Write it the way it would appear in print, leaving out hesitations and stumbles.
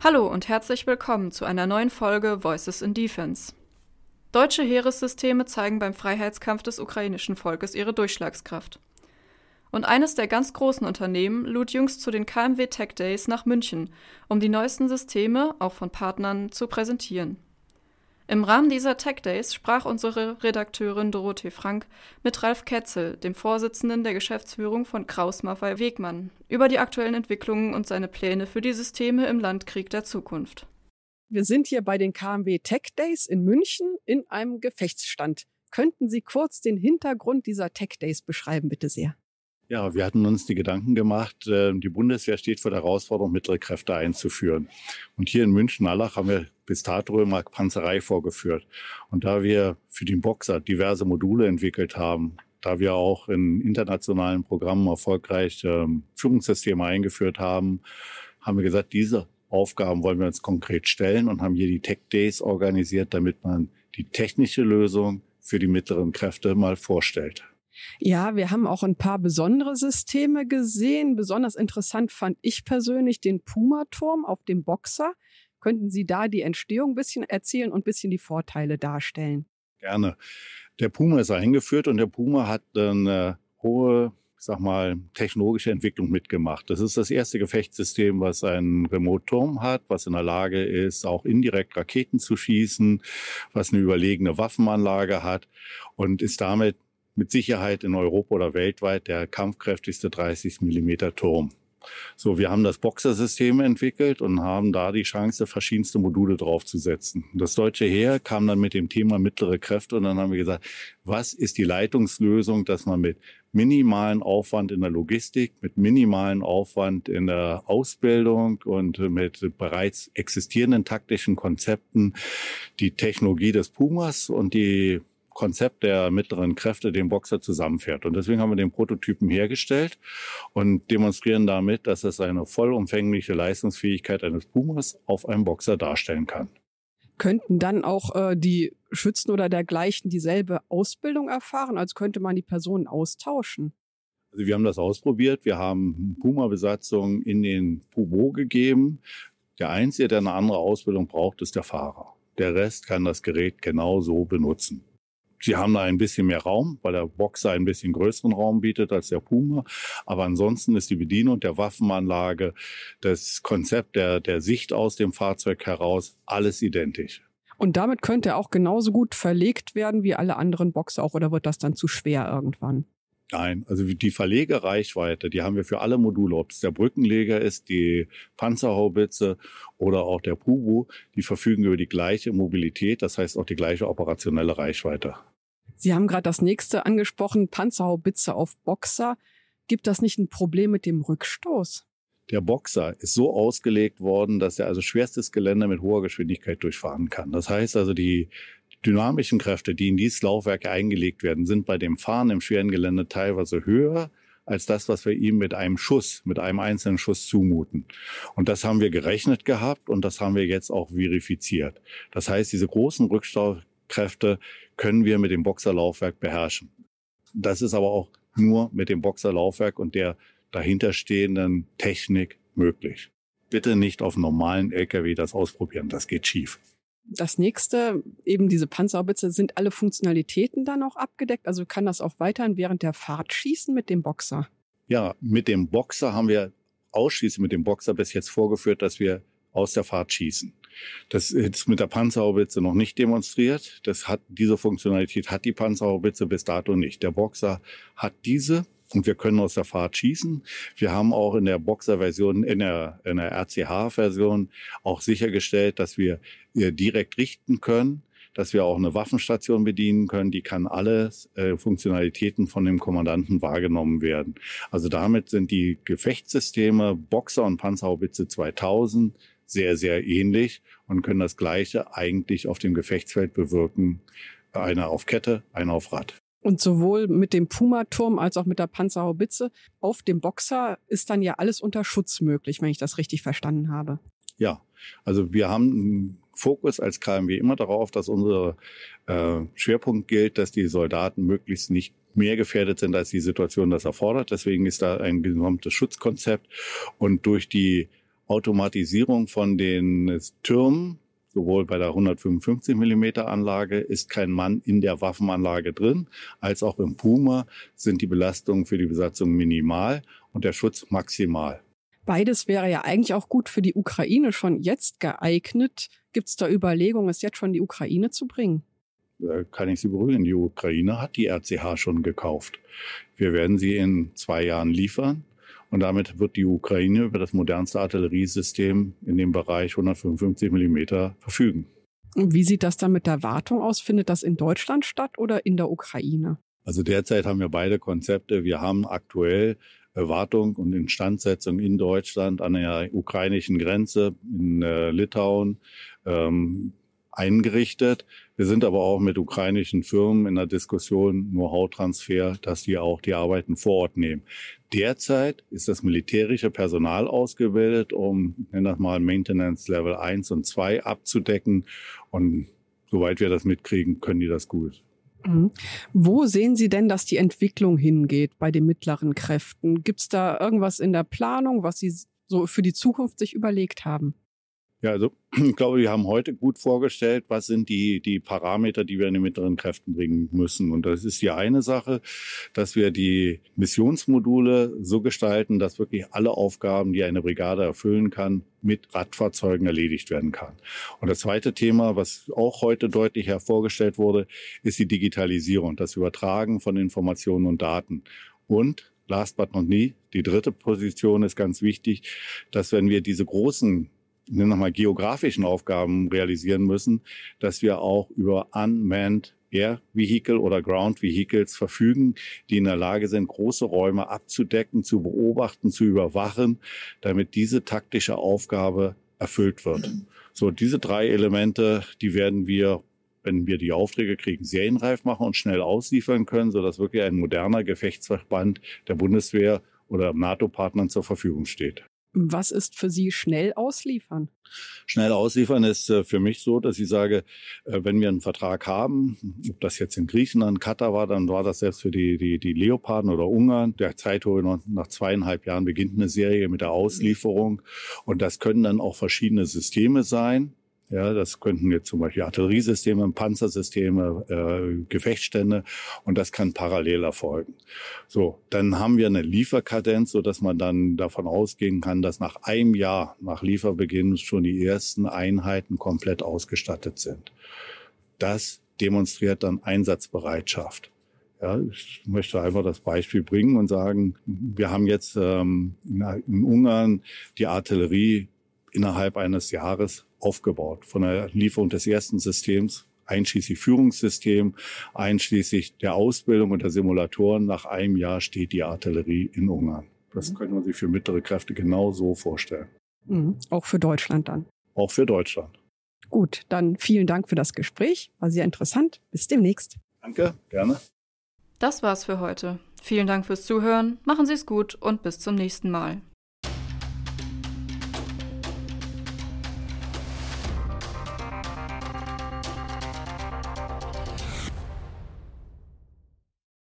Hallo und herzlich willkommen zu einer neuen Folge Voices in Defense. Deutsche Heeressysteme zeigen beim Freiheitskampf des ukrainischen Volkes ihre Durchschlagskraft. Und eines der ganz großen Unternehmen lud jüngst zu den KMW Tech Days nach München, um die neuesten Systeme, auch von Partnern, zu präsentieren. Im Rahmen dieser Tech Days sprach unsere Redakteurin Dorothee Frank mit Ralf Ketzel, dem Vorsitzenden der Geschäftsführung von Krauss Maffei Wegmann, über die aktuellen Entwicklungen und seine Pläne für die Systeme im Landkrieg der Zukunft. Wir sind hier bei den KMW Tech Days in München in einem Gefechtsstand. Könnten Sie kurz den Hintergrund dieser Tech Days beschreiben, bitte sehr? Ja, wir hatten uns die Gedanken gemacht, die Bundeswehr steht vor der Herausforderung, mittlere Kräfte einzuführen. Und hier in München-Allach haben wir bis dato immer Panzerei vorgeführt. Und da wir für den Boxer diverse Module entwickelt haben, da wir auch in internationalen Programmen erfolgreich Führungssysteme eingeführt haben, haben wir gesagt, diese Aufgaben wollen wir uns konkret stellen und haben hier die Tech Days organisiert, damit man die technische Lösung für die mittleren Kräfte mal vorstellt. Ja, wir haben auch ein paar besondere Systeme gesehen. Besonders interessant fand ich persönlich den Puma-Turm auf dem Boxer. Könnten Sie da die Entstehung ein bisschen erzählen und ein bisschen die Vorteile darstellen? Gerne. Der Puma ist eingeführt und der Puma hat eine hohe, technologische Entwicklung mitgemacht. Das ist das erste Gefechtssystem, was einen Remote-Turm hat, was in der Lage ist, auch indirekt Raketen zu schießen, was eine überlegene Waffenanlage hat und ist damit mit Sicherheit in Europa oder weltweit der kampfkräftigste 30 Millimeter Turm. So, wir haben das Boxersystem entwickelt und haben da die Chance, verschiedenste Module draufzusetzen. Das deutsche Heer kam dann mit dem Thema mittlere Kräfte und dann haben wir gesagt, was ist die Leitungslösung, dass man mit minimalen Aufwand in der Logistik, mit minimalen Aufwand in der Ausbildung und mit bereits existierenden taktischen Konzepten die Technologie des Pumas und die Konzept der mittleren Kräfte den Boxer zusammenfährt. Und deswegen haben wir den Prototypen hergestellt und demonstrieren damit, dass es eine vollumfängliche Leistungsfähigkeit eines Pumas auf einem Boxer darstellen kann. Könnten dann auch die Schützen oder dergleichen dieselbe Ausbildung erfahren? Also könnte man die Personen austauschen? Also wir haben das ausprobiert. Wir haben Puma-Besatzungen in den Pubo gegeben. Der Einzige, der eine andere Ausbildung braucht, ist der Fahrer. Der Rest kann das Gerät genauso benutzen. Sie haben da ein bisschen mehr Raum, weil der Boxer ein bisschen größeren Raum bietet als der Puma. Aber ansonsten ist die Bedienung der Waffenanlage, das Konzept der Sicht aus dem Fahrzeug heraus, alles identisch. Und damit könnte er auch genauso gut verlegt werden wie alle anderen Boxer auch, oder wird das dann zu schwer irgendwann? Nein, also die Verlegereichweite, die haben wir für alle Module, ob es der Brückenleger ist, die Panzerhaubitze oder auch der Pubu, die verfügen über die gleiche Mobilität, das heißt auch die gleiche operationelle Reichweite. Sie haben gerade das nächste angesprochen, Panzerhaubitze auf Boxer. Gibt das nicht ein Problem mit dem Rückstoß? Der Boxer ist so ausgelegt worden, dass er also schwerstes Gelände mit hoher Geschwindigkeit durchfahren kann. Das heißt also, die dynamischen Kräfte, die in dieses Laufwerk eingelegt werden, sind bei dem Fahren im schweren Gelände teilweise höher als das, was wir ihm mit einem einzelnen Schuss zumuten. Und das haben wir gerechnet gehabt und das haben wir jetzt auch verifiziert. Das heißt, diese großen Rückstoßkräfte können wir mit dem Boxerlaufwerk beherrschen. Das ist aber auch nur mit dem Boxerlaufwerk und der dahinterstehenden Technik möglich. Bitte nicht auf normalen LKW das ausprobieren, das geht schief. Das nächste, eben diese Panzerhaubitze, sind alle Funktionalitäten dann auch abgedeckt? Also kann das auch weiterhin während der Fahrt schießen mit dem Boxer? Ja, mit dem Boxer haben wir ausschließlich mit dem Boxer bis jetzt vorgeführt, dass wir aus der Fahrt schießen. Das ist mit der Panzerhaubitze noch nicht demonstriert. Diese Funktionalität hat die Panzerhaubitze bis dato nicht. Der Boxer hat diese. Und wir können aus der Fahrt schießen. Wir haben auch in der Boxer-Version, in der RCH-Version auch sichergestellt, dass wir direkt richten können, dass wir auch eine Waffenstation bedienen können. Die kann alle Funktionalitäten von dem Kommandanten wahrgenommen werden. Also damit sind die Gefechtssysteme Boxer und Panzerhaubitze 2000 sehr, sehr ähnlich und können das Gleiche eigentlich auf dem Gefechtsfeld bewirken. Einer auf Kette, einer auf Rad. Und sowohl mit dem Puma-Turm als auch mit der Panzerhaubitze auf dem Boxer ist dann ja alles unter Schutz möglich, wenn ich das richtig verstanden habe. Ja, also wir haben einen Fokus als KMW immer darauf, dass unser Schwerpunkt gilt, dass die Soldaten möglichst nicht mehr gefährdet sind, als die Situation das erfordert. Deswegen ist da ein gesamtes Schutzkonzept. Und durch die Automatisierung von den Türmen, sowohl bei der 155 mm Anlage ist kein Mann in der Waffenanlage drin, als auch im Puma sind die Belastungen für die Besatzung minimal und der Schutz maximal. Beides wäre ja eigentlich auch gut für die Ukraine schon jetzt geeignet. Gibt es da Überlegungen, es jetzt schon in die Ukraine zu bringen? Da kann ich Sie beruhigen, die Ukraine hat die RCH schon gekauft. Wir werden sie in 2 Jahren liefern. Und damit wird die Ukraine über das modernste Artilleriesystem in dem Bereich 155 mm verfügen. Und wie sieht das dann mit der Wartung aus? Findet das in Deutschland statt oder in der Ukraine? Also derzeit haben wir beide Konzepte. Wir haben aktuell Wartung und Instandsetzung in Deutschland an der ukrainischen Grenze in Litauen eingerichtet. Wir sind aber auch mit ukrainischen Firmen in der Diskussion, Know-how-Transfer, dass die auch die Arbeiten vor Ort nehmen. Derzeit ist das militärische Personal ausgebildet, um, ich nenne das mal, Maintenance Level 1 und 2 abzudecken. Und soweit wir das mitkriegen, können die das gut. Mhm. Wo sehen Sie denn, dass die Entwicklung hingeht bei den mittleren Kräften? Gibt es da irgendwas in der Planung, was Sie so für die Zukunft sich überlegt haben? Ja, also ich glaube, wir haben heute gut vorgestellt, was sind die Parameter, die wir in den mittleren Kräften bringen müssen. Und das ist die eine Sache, dass wir die Missionsmodule so gestalten, dass wirklich alle Aufgaben, die eine Brigade erfüllen kann, mit Radfahrzeugen erledigt werden kann. Und das zweite Thema, was auch heute deutlich hervorgestellt wurde, ist die Digitalisierung, das Übertragen von Informationen und Daten. Und last but not least, die dritte Position ist ganz wichtig, dass wenn wir diese großen geografischen Aufgaben realisieren müssen, dass wir auch über Unmanned Air Vehicle oder Ground Vehicles verfügen, die in der Lage sind, große Räume abzudecken, zu beobachten, zu überwachen, damit diese taktische Aufgabe erfüllt wird. So, diese 3 Elemente, die werden wir, wenn wir die Aufträge kriegen, serienreif machen und schnell ausliefern können, sodass wirklich ein moderner Gefechtsverband der Bundeswehr oder NATO-Partnern zur Verfügung steht. Was ist für Sie schnell ausliefern? Schnell ausliefern ist für mich so, dass ich sage, wenn wir einen Vertrag haben, ob das jetzt in Griechenland, Katar war, dann war das selbst für die Leoparden oder Ungarn. Der Zeithorizont nach 2,5 Jahren beginnt eine Serie mit der Auslieferung. Und das können dann auch verschiedene Systeme sein. Ja, das könnten jetzt zum Beispiel Artilleriesysteme, Panzersysteme, Gefechtsstände und das kann parallel erfolgen. So, dann haben wir eine Lieferkadenz, sodass man dann davon ausgehen kann, dass nach einem Jahr nach Lieferbeginn schon die ersten Einheiten komplett ausgestattet sind. Das demonstriert dann Einsatzbereitschaft. Ja, ich möchte einfach das Beispiel bringen und sagen, wir haben jetzt in Ungarn die Artillerie innerhalb eines Jahres aufgebaut. Von der Lieferung des ersten Systems, einschließlich Führungssystem, einschließlich der Ausbildung und der Simulatoren. Nach einem Jahr steht die Artillerie in Ungarn. Das könnte man sich für mittlere Kräfte genau so vorstellen. Mhm. Auch für Deutschland dann? Auch für Deutschland. Gut, dann vielen Dank für das Gespräch. War sehr interessant. Bis demnächst. Danke, gerne. Das war's für heute. Vielen Dank fürs Zuhören. Machen Sie es gut und bis zum nächsten Mal.